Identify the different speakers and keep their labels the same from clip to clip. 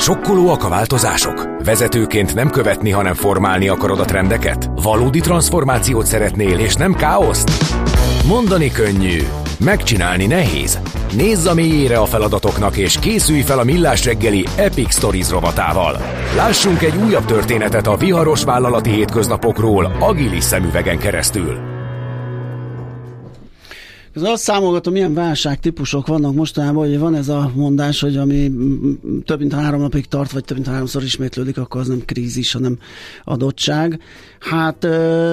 Speaker 1: Sokkolóak a változások? Vezetőként nem követni, hanem formálni akarod a trendeket? Valódi transformációt szeretnél, és nem káoszt? Mondani könnyű, megcsinálni nehéz. Nézz a mélyére a feladatoknak, és készülj fel a Millás reggeli Epic Stories rovatával. Lássunk egy újabb történetet a viharos vállalati hétköznapokról agilis szemüvegen keresztül.
Speaker 2: Azt számolgatom, milyen válságtípusok vannak mostanában, hogy van ez a mondás, hogy ami több mint 3 napig tart, vagy több mint 3-szor ismétlődik, akkor az nem krízis, hanem adottság. Hát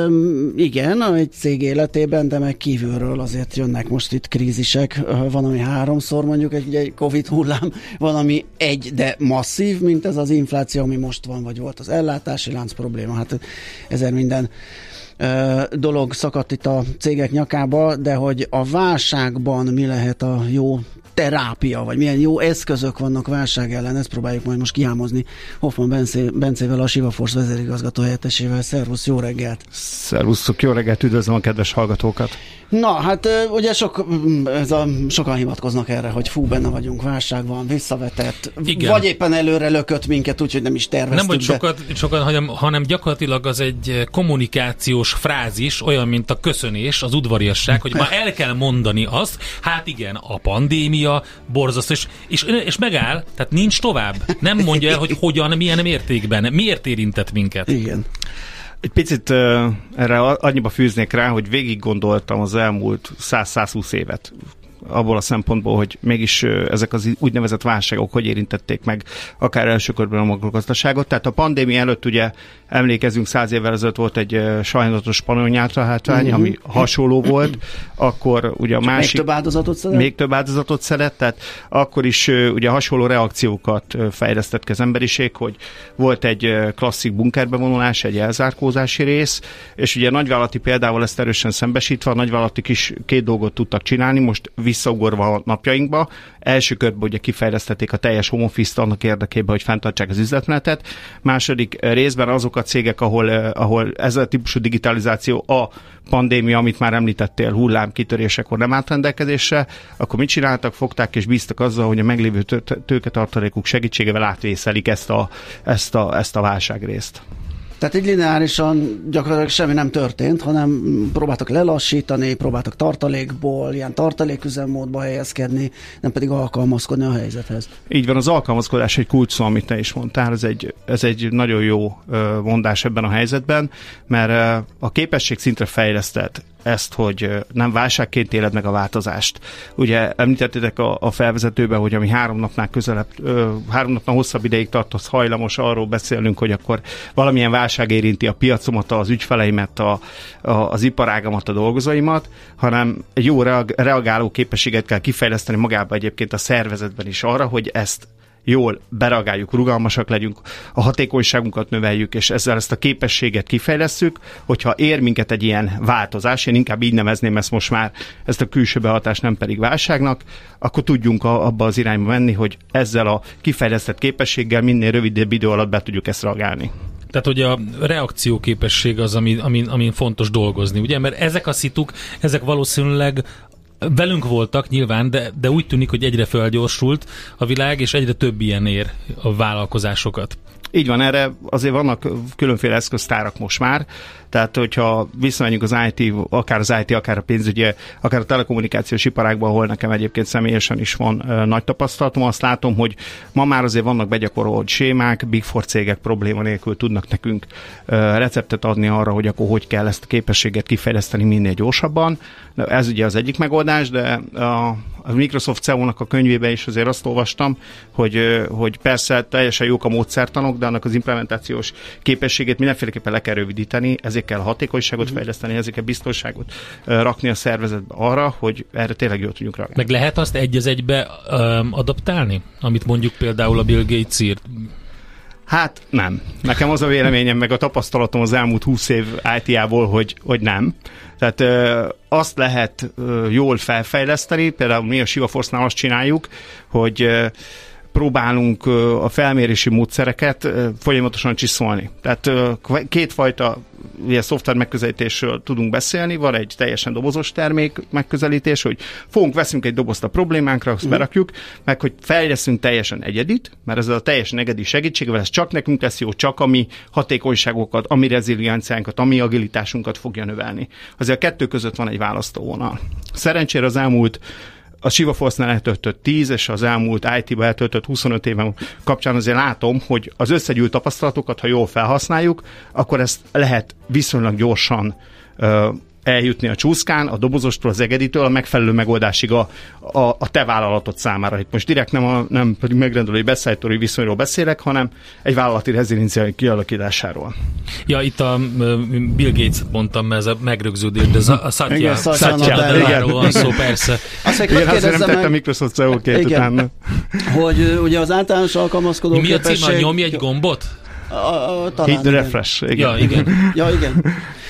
Speaker 2: igen, egy cég életében, de meg kívülről azért jönnek most itt krízisek. Van, ami 3-szor mondjuk egy Covid hullám, van, ami de masszív, mint ez az infláció, ami most van, vagy volt az ellátási lánc probléma. Hát ezer minden dolog szakadt itt a cégek nyakába, de hogy a válságban mi lehet a jó terápia, vagy milyen jó eszközök vannak válság ellen, ezt próbáljuk majd most kihámozni Hoffman Bencével, a Siva Force vezérigazgató helyettesével. Szervusz, jó reggelt!
Speaker 3: Szervusztok, jó reggelt, üdvözlöm a kedves hallgatókat!
Speaker 2: Na, hát ugye sokan hivatkoznak erre, hogy benne vagyunk, válság van, visszavetett, igen. Vagy éppen előre lökött minket, úgyhogy nem is terveztük.
Speaker 4: Nem vagy sokan, hanem gyakorlatilag az egy kommunikációs frázis, olyan, mint a köszönés, az udvariasság, hogy már el kell mondani azt, hát igen, a pandémia borzasztó, és megáll, tehát nincs tovább. Nem mondja el, hogy hogyan, milyen mértékben, miért érintett minket.
Speaker 2: Igen.
Speaker 3: Egy picit erre annyiba fűznék rá, hogy végig gondoltam az elmúlt 100-120 évet. Abból a szempontból, hogy mégis ezek az úgynevezett válságok hogy érintették meg akár első körben a makrogazdaságot. Tehát a pandémia előtt ugye emlékezünk, 100 évvel ezelőtt volt egy sajnálatos spanyolnyátra hátrány, ami hasonló volt, akkor ugye a másik... Még több áldozatot szedett, tehát akkor is ugye hasonló reakciókat fejlesztett ki az emberiség, hogy volt egy klasszik bunkerbevonulás, egy elzárkózási rész, és ugye a nagyvállalati példával ezt erősen szembesítve, a nagyvállalatik is 2 dolgot tudtak csinálni, most visszaugorva a napjainkba. Első körben ugye kifejlesztették a teljes home office-t annak érdekében, hogy fenntartsák az üzletmenetet. Második részben azok a cégek, ahol ez a típusú digitalizáció, a pandémia, amit már említettél, hullám kitörésekor nem állt rendelkezésre, akkor mit csináltak? Fogták és bíztak azzal, hogy a meglévő tőketartalékuk segítségével átvészelik ezt a válságrészt.
Speaker 2: Tehát így lineárisan gyakorlatilag semmi nem történt, hanem próbáltak lelassítani, próbáltak tartalékból, ilyen tartaléküzemmódba helyezkedni, nem pedig alkalmazkodni a helyzethez.
Speaker 3: Így van, az alkalmazkodás egy kulcs szó, amit te is mondtál, ez egy nagyon jó mondás ebben a helyzetben, mert a képesség szintre fejlesztett ezt, hogy nem válságként éled meg a változást. Ugye említettétek a felvezetőben, hogy ami 3 napnál hosszabb ideig tart, az hajlamos arról beszélnünk, hogy akkor valamilyen válság érinti a piacomat, az ügyfeleimet, az iparágamat, a dolgozóimat, hanem egy jó reagáló képességet kell kifejleszteni magában egyébként a szervezetben is arra, hogy ezt jól bereagáljuk, rugalmasak legyünk, a hatékonyságunkat növeljük, és ezzel ezt a képességet kifejlesszük, hogyha ér minket egy ilyen változás, én inkább így nevezném ezt most már, ezt a külső behatást, nem pedig válságnak, akkor tudjunk abba az irányba menni, hogy ezzel a kifejlesztett képességgel minél rövidebb idő alatt be tudjuk ezt reagálni.
Speaker 4: Tehát, hogy a reakcióképesség az, amin fontos dolgozni, ugye? Mert ezek a szituk, ezek valószínűleg velünk voltak nyilván, de úgy tűnik, hogy egyre felgyorsult a világ, és egyre több ilyen ér a vállalkozásokat.
Speaker 3: Így van, erre azért vannak különféle eszköztárak most már, tehát hogyha visszamegyünk az IT, akár a pénzügyi, akár a telekommunikációs iparágban, ahol nekem egyébként személyesen is van nagy tapasztalatom, azt látom, hogy ma már azért vannak begyakorolt sémák, Big Four cégek probléma nélkül tudnak nekünk receptet adni arra, hogy akkor hogy kell ezt a képességet kifejleszteni minél gyorsabban. Ez ugye az egyik megoldás, de a Microsoft CEO-nak a könyvében is azért azt olvastam, hogy persze teljesen jók a módszertanok, de annak az implementációs képességét mindenféleképpen le kell rövidíteni, ezért kell hatékonyságot fejleszteni, ezért kell biztonságot rakni a szervezetbe arra, hogy erre tényleg jól tudjunk reagálni.
Speaker 4: Meg lehet azt egy az egybe adaptálni, amit mondjuk például a Bill Gates írt?
Speaker 3: Hát nem. Nekem az a véleményem, meg a tapasztalatom az elmúlt 20 év IT-ából, hogy nem. Tehát azt lehet jól felfejleszteni, például mi a Siva Force-nál azt csináljuk, hogy próbálunk a felmérési módszereket folyamatosan csiszolni. Tehát kétfajta ilyen szoftver megközelítésről tudunk beszélni, van egy teljesen dobozos termék megközelítés, hogy veszünk egy dobozt a problémánkra, azt berakjuk, meg hogy fejleszünk teljesen egyedit, mert ez a teljesen egyedi segítségével ez csak nekünk lesz jó, csak a mi hatékonyságokat, a mi rezilienciánkat, a mi agilitásunkat fogja növelni. Azért a kettő között van egy választóvonal. Szerencsére az elmúlt a Shivaforce-nál eltöltött 10, és az elmúlt IT-ba eltöltött 25 éven kapcsán azért látom, hogy az összegyűlt tapasztalatokat, ha jól felhasználjuk, akkor ezt lehet viszonylag gyorsan eljutni a csúszkán, a dobozostól, az egeditől a megfelelő megoldásig a te vállalatod számára. Itt most direkt nem pedig megrendelői beszállítói viszonyról beszélek, hanem egy vállalati reziliencia kialakításáról.
Speaker 4: Ja, itt a Bill Gates-et mondtam, mert ez a megrögződés, de ez a Satya Nadelláról van szó, persze.
Speaker 3: Én azért nem tettem Microsoft CEO-ként utána.
Speaker 2: Hogy ugye az általános alkalmazkodó
Speaker 4: mi a cím? Nyomj egy gombot?
Speaker 3: Hit the refresh.
Speaker 4: Ja, igen.
Speaker 2: Ja, igen.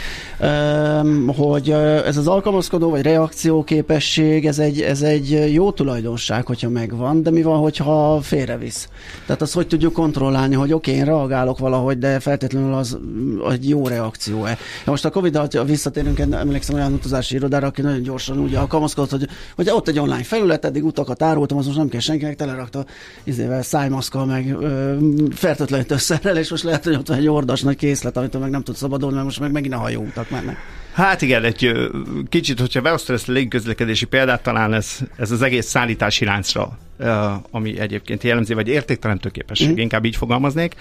Speaker 2: Hogy ez az alkalmazkodó vagy reakcióképesség, ez egy jó tulajdonság, hogyha megvan, de mi van, hogyha félrevisz? Tehát azt hogy tudjuk kontrollálni, hogy oké, én reagálok valahogy, de feltétlenül az egy jó reakció-e. Most a Covid-al visszatérünk, emlékszem olyan utazási irodára, aki nagyon gyorsan úgy alkalmazkodott, hogy ott egy online felület, eddig utakat árultam, az most nem kell senkinek, telerakta szájmaszkkal, meg fertőtlenítőszerrel, és most lehet, hogy ott van egy ordas nagy készlet, amit meg nem tud szabadulni, mert most meg megint a hajóutak mennek.
Speaker 3: Hát igen, egy kicsit, hogyha beosztod ezt a légiközlekedési példát, talán ez az egész szállítási láncra, ami egyébként jellemzi, vagy értékteremtő képesség, inkább így fogalmaznék,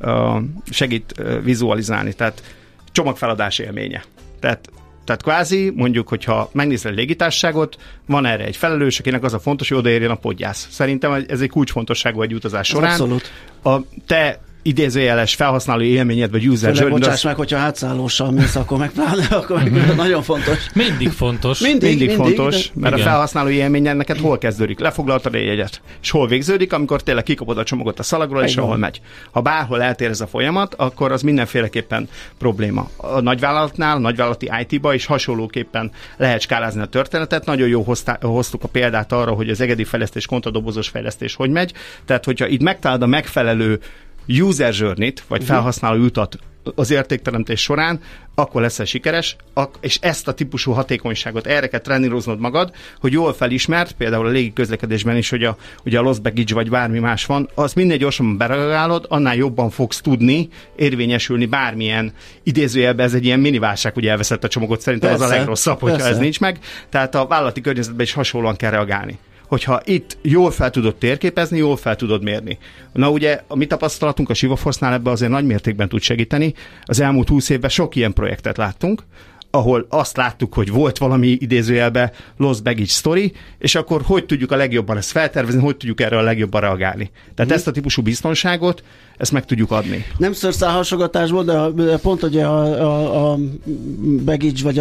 Speaker 3: segít vizualizálni, tehát csomagfeladás élménye. Tehát kvázi, mondjuk, hogyha megnézel a légitársaságot, van erre egy felelős, akinek az a fontos, hogy odaérjen a podgyász. Szerintem ez egy kulcsfontosságú egy utazás során.
Speaker 2: Abszolút.
Speaker 3: A te idézőjeles felhasználó élményed, vagy user journey.
Speaker 2: Bocsáss meg, hogyha hátszállóssal mész, akkor meg pláne, akkor meg nagyon fontos.
Speaker 4: Mindig fontos.
Speaker 2: Mindig
Speaker 3: fontos, mert
Speaker 4: igen.
Speaker 3: A felhasználó élményed neked hol kezdődik? Lefoglaltad a jegyet. És hol végződik, amikor tényleg kikapod a csomagot a szalagról, és ahol megy. Ha bárhol eltér ez a folyamat, akkor az mindenféleképpen probléma. A nagyvállalatnál, a nagyvállalati IT-ba is hasonlóképpen lehet skálázni a történetet. Nagyon jó hoztuk a példát arra, hogy az egedi fejlesztés, kontadobozos fejlesztés hogy megy. Tehát, hogyha itt megtalálod a megfelelő user journey-t, vagy felhasználó utat az értékteremtés során, akkor leszel sikeres, és ezt a típusú hatékonyságot erre kell treníroznod magad, hogy jól felismert, például a légi közlekedésben is, hogy a lost baggage vagy bármi más van, az minél gyorsabban bereagálod, annál jobban fogsz tudni érvényesülni bármilyen idézőjelben, ez egy ilyen mini válság, hogy elveszett a csomagot, szerintem az a legrosszabb, hogyha ez nincs meg. Tehát a vállalati környezetben is hasonlóan kell reagálni. Hogyha itt jól fel tudod térképezni, jól fel tudod mérni. Na ugye a mi tapasztalatunk a Shivaforce-nál ebben azért nagy mértékben tud segíteni. Az elmúlt 20 évben sok ilyen projektet láttunk, ahol azt láttuk, hogy volt valami idézőjelben lost baggage story, és akkor hogy tudjuk a legjobban ezt feltervezni, hogy tudjuk erre a legjobban reagálni. Tehát ezt a típusú biztonságot, ezt meg tudjuk adni. Nem
Speaker 2: szőrszálhasogatásból, de pont ugye a baggage, vagy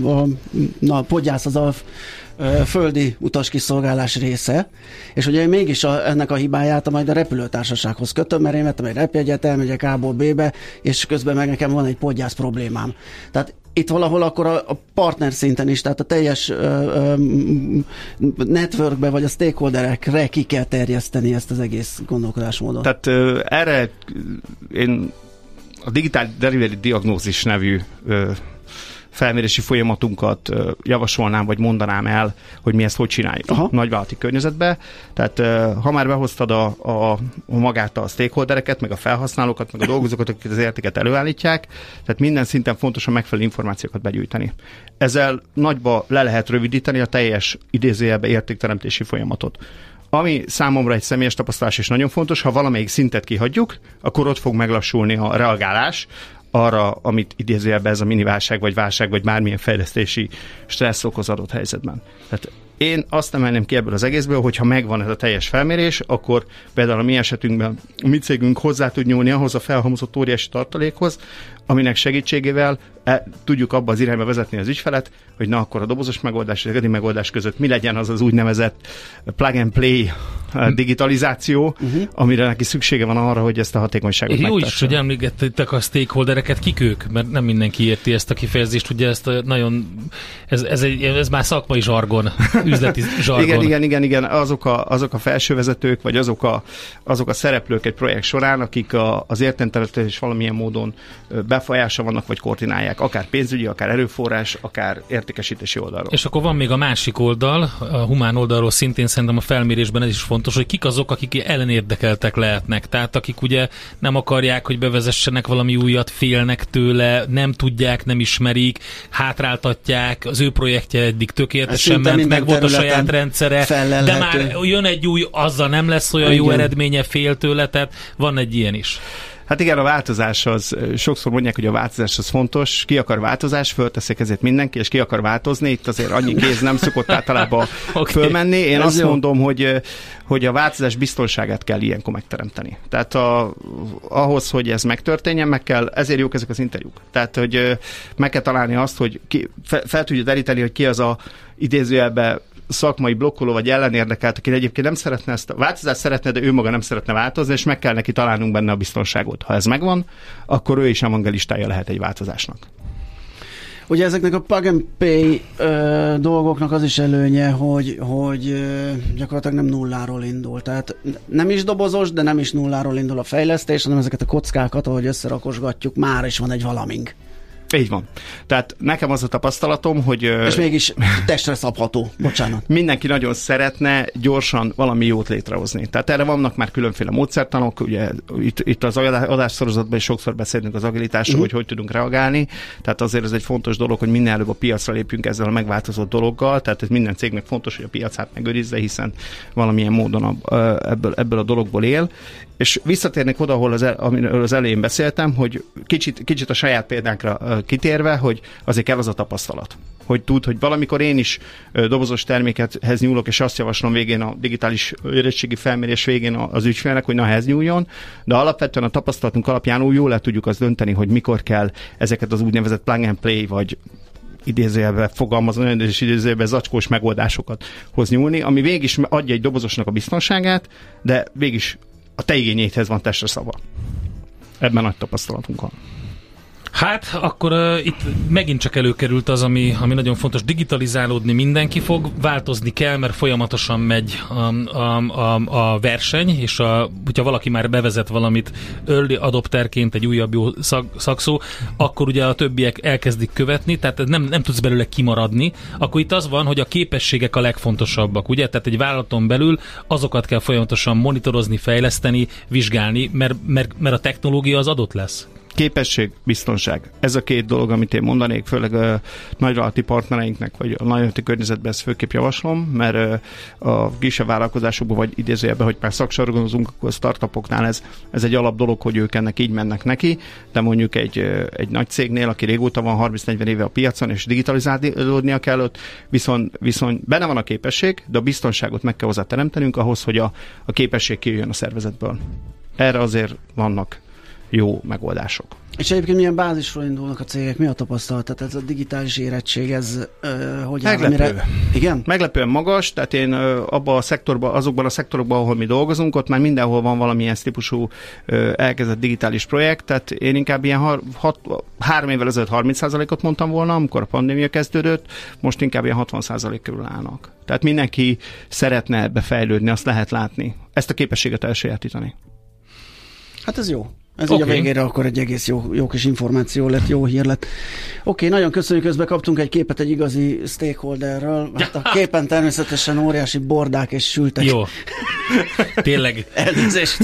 Speaker 2: a podgyász az a földi utaskiszolgálás része, és ugye én mégis ennek a hibáját majd a repülőtársasághoz kötöm, mert én vettem egy repjegyet, elmegyek A-ból B-be, és közben meg nekem van egy podgyász problémám. Tehát itt valahol akkor a partner szinten is, tehát a teljes networkbe vagy a stakeholderekre ki kell terjeszteni ezt az egész gondolkodásmódot.
Speaker 3: Tehát erre én a Digital Delivery Diagnózis nevű felmérési folyamatunkat javasolnám, vagy mondanám el, hogy mi ezt hogy csináljuk nagyvállalati környezetbe. Tehát ha már behoztad magát a stakeholdereket, meg a felhasználókat, meg a dolgozókat, akik az értéket előállítják, tehát minden szinten fontos a megfelelő információkat begyűjteni. Ezzel nagyba le lehet rövidíteni a teljes idézőjelbe értékteremtési folyamatot. Ami számomra egy személyes tapasztalás is nagyon fontos, ha valamelyik szintet kihagyjuk, akkor ott fog meglassulni a reagálás arra, amit idézőjelben ez a mini válság, vagy bármilyen fejlesztési stressz okoz adott helyzetben. Tehát én azt emelném ki ebből az egészből, hogyha megvan ez a teljes felmérés, akkor például a mi esetünkben a mi cégünk hozzá tud nyúlni ahhoz a felhalmozott óriási tartalékhoz, aminek segítségével tudjuk abba az irányba vezetni az ügyfelet, hogy na akkor a dobozos megoldás és a egyedi megoldás között mi legyen az úgynevezett plug and play digitalizáció, amire neki szüksége van arra, hogy ezt a hatékonyságot megtartsa.
Speaker 4: Jó is, hogy említettek a stakeholdereket, kik ők? Mert nem mindenki érti ezt a kifejezést, ugye ezt nagyon, ez már szakmai zsargon, üzleti zsargon.
Speaker 3: Igen, azok a felsővezetők, vagy azok a szereplők egy projekt során, akik az értékterületen is valamilyen módon befolyása vannak, vagy koordinálják, akár pénzügyi, akár erőforrás, akár értékesítési oldalról.
Speaker 4: És akkor van még a másik oldal, a humán oldalról szintén szerintem a felmérésben ez is fontos, hogy kik azok, akik ellenérdekeltek lehetnek. Tehát akik ugye nem akarják, hogy bevezessenek valami újat, félnek tőle, nem tudják, nem ismerik, hátráltatják, az ő projektje eddig tökéletesen ment, meg volt a saját rendszere, de már jön egy új, azzal nem lesz olyan jó eredménye, fél tőle, tehát van egy ilyen is.
Speaker 3: Hát igen, a változás az, sokszor mondják, hogy a változás az fontos, ki akar változás, fölteszik ezért mindenki, és ki akar változni, itt azért annyi kéz nem szokott általában fölmenni. Én azt mondom, hogy a változás biztonságát kell ilyenkor megteremteni. Tehát ahhoz, hogy ez megtörténjen, ezért jók ezek az interjúk. Tehát, hogy meg kell találni azt, hogy fel tudja deríteni, hogy ki az a idézőjelben szakmai blokkoló vagy ellenérdekelt, aki egyébként nem szeretne ezt a változást szeretne, de ő maga nem szeretne változni, és meg kell neki találnunk benne a biztonságot. Ha ez megvan, akkor ő is evangelistája lehet egy változásnak.
Speaker 2: Ugye ezeknek a plug and pay dolgoknak az is előnye, hogy gyakorlatilag nem nulláról indul. Tehát nem is dobozos, de nem is nulláról indul a fejlesztés, hanem ezeket a kockákat, ahogy összerakosgatjuk, már is van egy valamink.
Speaker 3: Így van. Tehát nekem az a tapasztalatom, hogy...
Speaker 2: És mégis testre szabható. Bocsánat.
Speaker 3: Mindenki nagyon szeretne gyorsan valami jót létrehozni. Tehát erre vannak már különféle módszertanok, ugye itt az adásszorozatban is sokszor beszélünk az agilitásról, hogy tudunk reagálni. Tehát azért ez egy fontos dolog, hogy minél előbb a piacra lépjünk ezzel a megváltozott dologgal. Tehát ez minden cégnek fontos, hogy a piacát megőrizze, hiszen valamilyen módon ebből a dologból él. És visszatérnék oda, amiről az elején beszéltem, hogy kicsit a saját példánkra kitérve, hogy azért kell az a tapasztalat. Hogy tud, hogy valamikor én is dobozos termékethez nyúlok, és azt javaslom végén a digitális érettségi felmérés végén az ügyfélnek, hogy na, ehhez nyúljon, de alapvetően a tapasztalatunk alapján úgy jól le tudjuk azt dönteni, hogy mikor kell ezeket az úgynevezett plug and play, vagy idézőjelben fogalmazom, és idézőjelben zacskós megoldásokat hoz nyúlni, ami végig is adja egy dobozosnak a biztonságát, de végig is a te igényéhez van testre szava. Ebben nagy tapasztalatunk van.
Speaker 4: Hát, akkor itt megint csak előkerült az, ami nagyon fontos, digitalizálódni mindenki fog, változni kell, mert folyamatosan megy a verseny, és hogyha valaki már bevezet valamit early adopterként, egy újabb jó szakszó, akkor ugye a többiek elkezdik követni, tehát nem tudsz belőle kimaradni, akkor itt az van, hogy a képességek a legfontosabbak, ugye? Tehát egy vállalaton belül azokat kell folyamatosan monitorozni, fejleszteni, vizsgálni, mert a technológia az adott lesz.
Speaker 3: Képesség, biztonság. Ez a két dolog, amit én mondanék, főleg a nagyvállalati partnereinknek, vagy a nagyvállalati környezetben ezt főképp javaslom, mert a kisebb vállalkozásokban, vagy idézőjelben, hogy már szaksargonozunk, akkor startupoknál ez egy alap dolog, hogy ők ennek így mennek neki, de mondjuk egy nagy cégnél, aki régóta van 30-40 éve a piacon, és digitalizálódnia kell ott, viszont benne van a képesség, de a biztonságot meg kell hozzá teremtenünk ahhoz, hogy a képesség kijöjjön a szervezetből. Erre azért vannak jó megoldások.
Speaker 2: És egyébként milyen bázisról indulnak a cégek? Mi a tapasztalat? Tehát ez a digitális érettség, ez hogy áll?
Speaker 3: Meglepő.
Speaker 2: Igen?
Speaker 3: Meglepően magas, tehát én azokban a szektorokban, ahol mi dolgozunk, ott már mindenhol van valamilyen típusú elkezdett digitális projekt, tehát én inkább ilyen 3 évvel ezelőtt 30%-ot mondtam volna, amikor a pandémia kezdődött, most inkább ilyen 60% körül állnak. Tehát mindenki szeretne ebbe fejlődni, azt lehet látni. Ezt a képességet elsajátítani.
Speaker 2: Hát ez jó. Ez így a végére akkor egy egész jó kis információ lett, jó hír lett. Oké, nagyon köszönjük, közben kaptunk egy képet egy igazi stakeholderről. Hát a képen természetesen óriási bordák és sültek.
Speaker 4: Jó. Tényleg.
Speaker 2: Elnézést.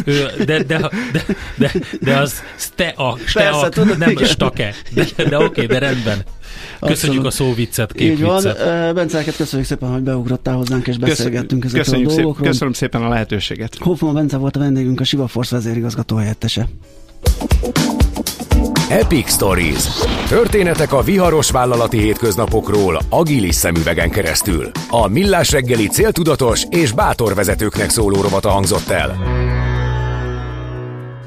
Speaker 4: De az
Speaker 2: Persze, tudod,
Speaker 4: nem stake. De oké, de rendben. Köszönjük a szóviccet, képviccet.
Speaker 2: Így van. Bence, köszönjük szépen, hogy beugrottál hozzánk, és beszélgettünk ezekről a dolgokról.
Speaker 3: Köszönöm szépen a lehetőséget.
Speaker 2: Hoffman Bence volt a vendégünk, a Siva Force vezérigazgató helyettese.
Speaker 1: Epic Stories. Történetek a viharos vállalati hétköznapokról agilis szemüvegen keresztül. A Millás reggeli céltudatos és bátor vezetőknek szóló rovata hangzott el.